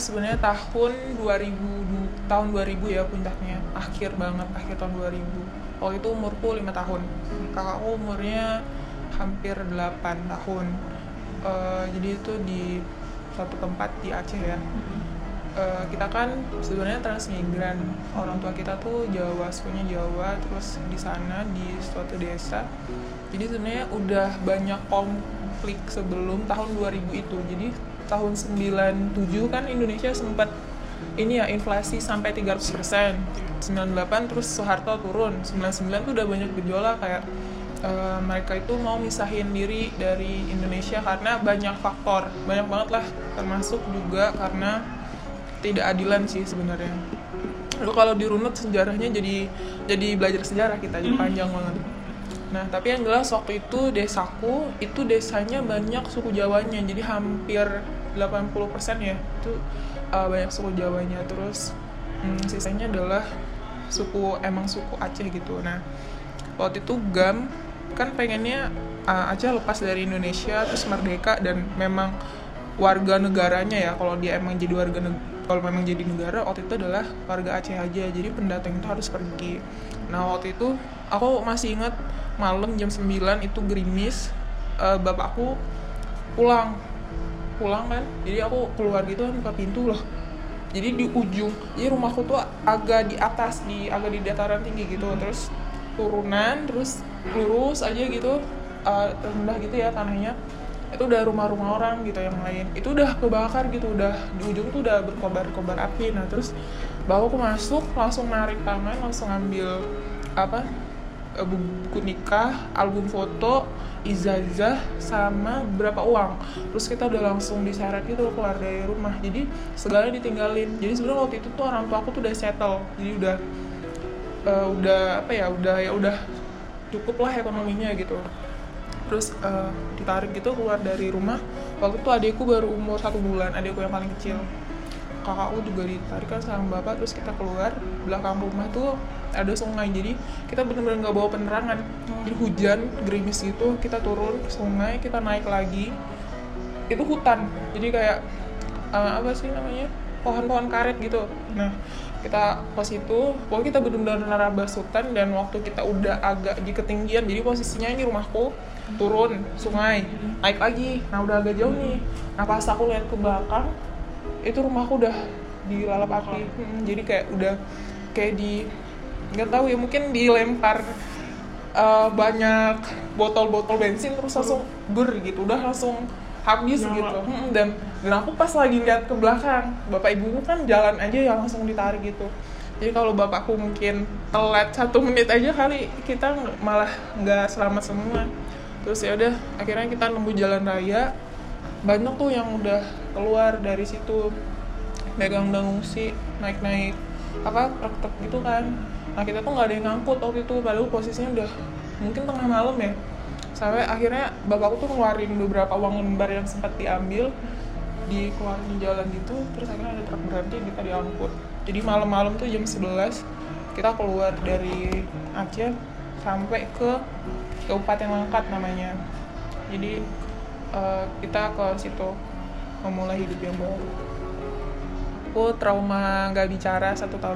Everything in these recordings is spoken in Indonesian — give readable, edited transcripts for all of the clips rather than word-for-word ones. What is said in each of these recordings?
sebenarnya tahun 2000 ya puncaknya, akhir tahun 2000. Waktu itu umurku 5 tahun, kakakku umurnya hampir 8 tahun. Jadi itu di suatu tempat di Aceh ya. Kita kan sebenarnya transmigran, orang tua kita tuh Jawa, sukunya Jawa, terus di sana di suatu desa. Jadi sebenarnya udah banyak konflik sebelum tahun 2000 itu. Jadi tahun 97 kan Indonesia sempat ini ya, inflasi sampai 300%. 98 terus Soeharto turun. 99 tuh udah banyak gejolak kayak mereka itu mau misahin diri dari Indonesia karena banyak faktor, banyak banget lah, termasuk juga karena tidak adilan sih sebenarnya. Lalu kalau dirunut sejarahnya jadi belajar sejarah kita, jadi panjang banget. Nah, tapi yang jelas waktu itu desaku, itu desanya banyak suku Jawanya, jadi hampir 80% ya, itu banyak suku Jawanya. Terus sisanya adalah suku Aceh gitu. Nah, waktu itu GAM kan pengennya Aceh lepas dari Indonesia, terus merdeka, dan memang warga negaranya ya, kalau dia emang jadi kalau memang jadi negara, waktu itu adalah warga Aceh aja, jadi pendatang itu harus pergi. Nah, waktu itu aku masih ingat malam jam 9 itu gerimis, bapakku pulang kan, jadi aku keluar gitu kan, buka pintu loh, jadi di ujung, jadi rumahku tuh agak di atas, agak di dataran tinggi gitu, terus turunan, terus lurus aja gitu, rendah gitu ya tanahnya, itu udah rumah-rumah orang gitu yang lain, itu udah kebakar gitu, udah di ujung tuh udah berkobar-kobar api. Nah, terus bapakku masuk, langsung narik tangan, langsung ambil buku nikah, album foto, ijazah, sama beberapa uang. Terus kita udah langsung diseret gitu keluar dari rumah, jadi segalanya ditinggalin. Jadi sebenarnya waktu itu tuh orang tua aku tuh udah settle, jadi udah cukup lah ekonominya gitu. Terus ditarik gitu keluar dari rumah. Waktu itu adikku baru umur 1 bulan, adikku yang paling kecil. Kakakku juga ditarik kan sama bapak, terus kita keluar. Belakang rumah tuh ada sungai, jadi kita benar-benar nggak bawa penerangan. Jadi hujan, gerimis gitu, kita turun ke sungai, kita naik lagi. Itu hutan, jadi kayak pohon-pohon karet gitu. Nah, kita ke situ, pokoknya kita benar-benar nerabas hutan, dan waktu kita udah agak di ketinggian, jadi posisinya ini rumahku, turun sungai, naik lagi, nah udah agak jauh nih. Nah, pas aku lihat ke belakang, itu rumahku udah dilalap api. Jadi kayak udah kayak nggak tahu ya, mungkin dilempar banyak botol-botol bensin, terus langsung gitu, udah langsung habis gitu. Dan aku pas lagi lihat ke belakang, bapak ibuku kan jalan aja ya, langsung ditarik gitu. Jadi kalau bapakku mungkin telat 1 menit aja kali, kita malah nggak selamat semua. Terus ya udah, akhirnya kita nemu jalan raya, banyak tuh yang udah keluar dari situ, dagang ngungsi, naik truk gitu kan. Nah, kita tuh nggak ada yang ngangkut waktu itu, padahal posisinya udah mungkin tengah malam ya. Sampai akhirnya bapakku tuh ngeluarin beberapa uang lembar yang sempat diambil, dikeluarin di jalan gitu, terus akhirnya ada truk berhenti, kita diangkut. Jadi malam-malam tuh jam 11 kita keluar dari Aceh sampai ke Kabupaten Langkat namanya. Jadi kita ke situ memulai hidup yang baru. Aku trauma gak bicara 1,5 tahun.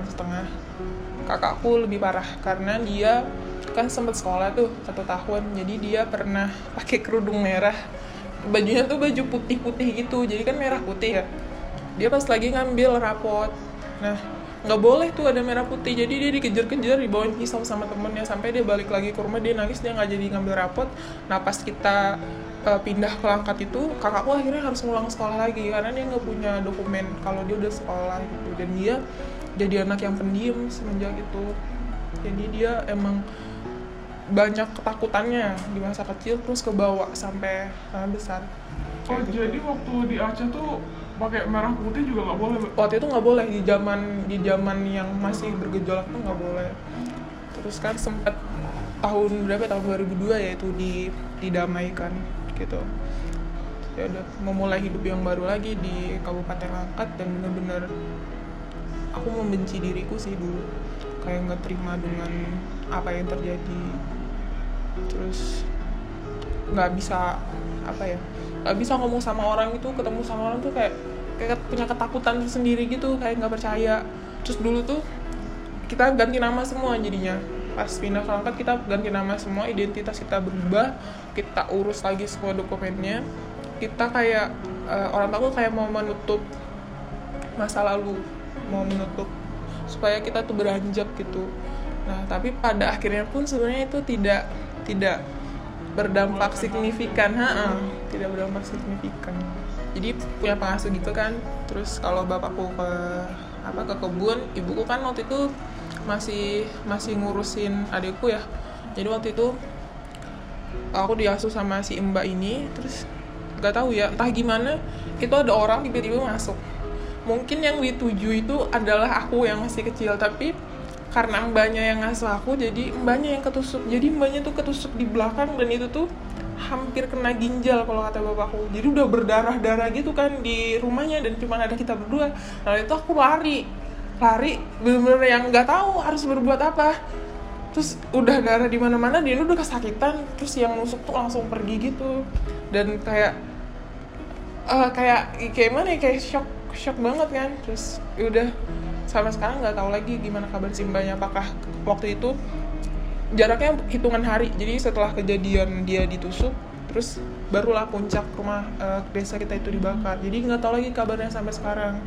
Kakakku lebih parah karena dia kan sempat sekolah tuh 1 tahun, jadi dia pernah pakai kerudung merah, bajunya tuh baju putih-putih gitu, jadi kan merah putih ya. Dia pas lagi ngambil rapot, nah nggak boleh tuh ada merah putih, jadi dia dikejar-kejar, dibawain pisau sama temennya, sampai dia balik lagi ke rumah, dia nangis, dia nggak jadi ngambil rapot. Nah, pas kita pindah ke Langkat itu, kakakku akhirnya harus ngulang sekolah lagi karena dia nggak punya dokumen kalau dia udah sekolah gitu. Dan dia jadi anak yang pendiam semenjak itu, jadi dia emang banyak ketakutannya di masa kecil, terus kebawa sampai besar. Gitu. Jadi waktu di Aceh tuh pakai merah putih juga nggak boleh? Waktu itu nggak boleh, di zaman yang masih bergejolak tuh nggak boleh. Terus kan sempat tahun 2002 ya itu didamaikan gitu. Ya udah memulai hidup yang baru lagi di Kabupaten Langkat, dan benar-benar aku membenci diriku sih dulu, kayak nggak terima dengan apa yang terjadi. Terus nggak bisa ngomong sama orang itu, ketemu sama orang tuh kayak kayak punya ketakutan sendiri gitu, kayak nggak percaya. Terus dulu tuh kita ganti nama semua jadinya, pas pindah ke Langkat kita ganti nama semua, identitas kita berubah, kita urus lagi semua dokumennya. Kita kayak orang tua kayak mau menutup masa lalu, mau menutup supaya kita tuh beranjak gitu. Nah tapi pada akhirnya pun sebenarnya itu tidak berdampak signifikan, tidak berdampak signifikan. Jadi punya pengasuh gitu kan. Terus kalau bapakku ke kebun, ibuku kan waktu itu masih ngurusin adikku ya. Jadi waktu itu aku diasuh sama si mbak ini. Terus nggak tahu ya, entah gimana itu ada orang tiba-tiba masuk. Mungkin yang dituju itu adalah aku yang masih kecil, tapi karena mbaknya yang ngasuh aku, jadi mbaknya yang ketusuk. Jadi mbaknya tuh ketusuk di belakang, dan itu tuh hampir kena ginjal kalau kata bapakku. Jadi udah berdarah-darah gitu kan di rumahnya, dan cuma ada kita berdua. Nah itu aku lari bener-bener yang nggak tahu harus berbuat apa. Terus udah darah di mana-mana, dia udah kesakitan. Terus yang nusuk tuh langsung pergi gitu, dan kayak mana ya, kayak shock banget kan. Terus udah sampai sekarang nggak tahu lagi gimana kabar si mbaknya, apakah waktu itu jaraknya hitungan hari. Jadi setelah kejadian dia ditusuk, terus barulah puncak rumah desa kita itu dibakar. Jadi nggak tahu lagi kabarnya sampai sekarang.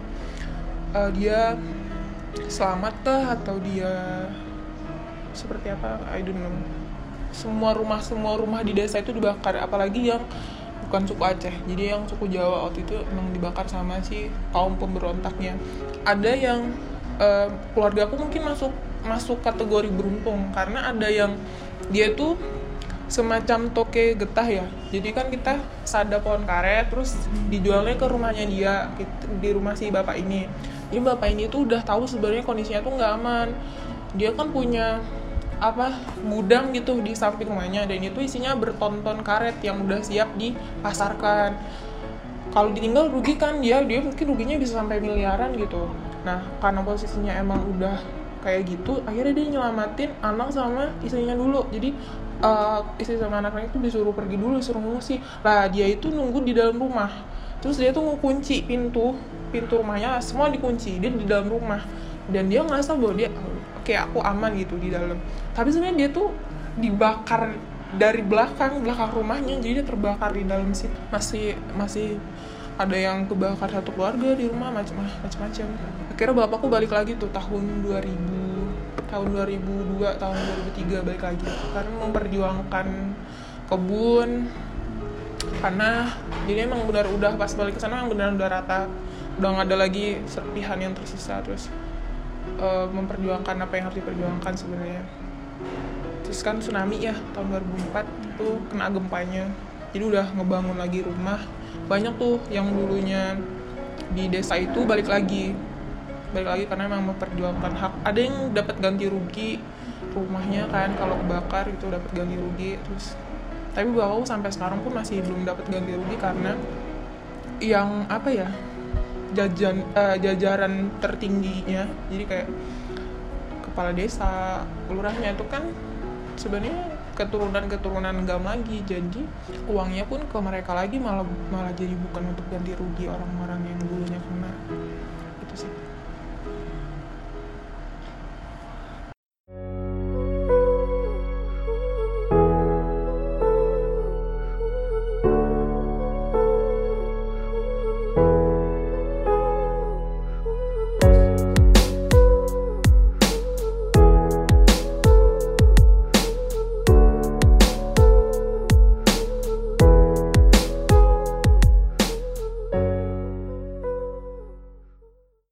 Dia selamat kah atau dia seperti apa, I don't know. Semua rumah di desa itu dibakar, apalagi yang bukan suku Aceh. Jadi yang suku Jawa waktu itu emang dibakar sama si kaum pemberontaknya. Ada yang keluarga aku mungkin masuk kategori beruntung, karena ada yang dia tuh semacam toke getah ya. Jadi kan kita ada pohon karet, terus dijualnya ke rumahnya dia, di rumah si bapak ini. Jadi bapak ini tuh udah tahu sebenarnya kondisinya tuh nggak aman. Dia kan punya gudang gitu di samping rumahnya, dan itu isinya berton-ton karet yang udah siap dipasarkan. Kalau ditinggal rugi kan, dia mungkin ruginya bisa sampai miliaran gitu. Nah karena posisinya emang udah kayak gitu, akhirnya dia nyelamatin anak sama istrinya dulu. Jadi istri sama anaknya itu disuruh pergi dulu, disuruh ngungsi. Lah dia itu nunggu di dalam rumah. Terus dia tuh ngekunci pintu rumahnya, semua dikunci, dia di dalam rumah. Dan dia ngerasa bahwa dia kayak aku aman gitu di dalam. Tapi sebenarnya dia tuh dibakar dari belakang rumahnya, jadi dia terbakar di dalam situ. Masih ada yang kebakar satu keluarga di rumah, macam-macam. Akhirnya bapakku balik lagi tuh tahun 2002, tahun 2003 balik lagi, karena memperjuangkan kebun. Karena jadi emang benar udah pas balik ke sana emang benar udah rata, udah nggak ada lagi serpihan yang tersisa. Terus memperjuangkan apa yang harus diperjuangkan sebenarnya. Terus kan tsunami ya tahun 2004 itu kena gempanya, jadi udah ngebangun lagi rumah. Banyak tuh yang dulunya di desa itu balik lagi karena memang memperjuangkan hak. Ada yang dapat ganti rugi rumahnya kan, kalau kebakar itu dapat ganti rugi. Terus tapi bapakku sampai sekarang pun masih belum dapat ganti rugi, karena yang jajaran tertingginya, jadi kayak kepala desa, lurahnya itu kan sebenarnya keturunan gam lagi, jadi uangnya pun ke mereka lagi, malah jadi bukan untuk ganti rugi orang-orang yang dulunya kena. Itu sih.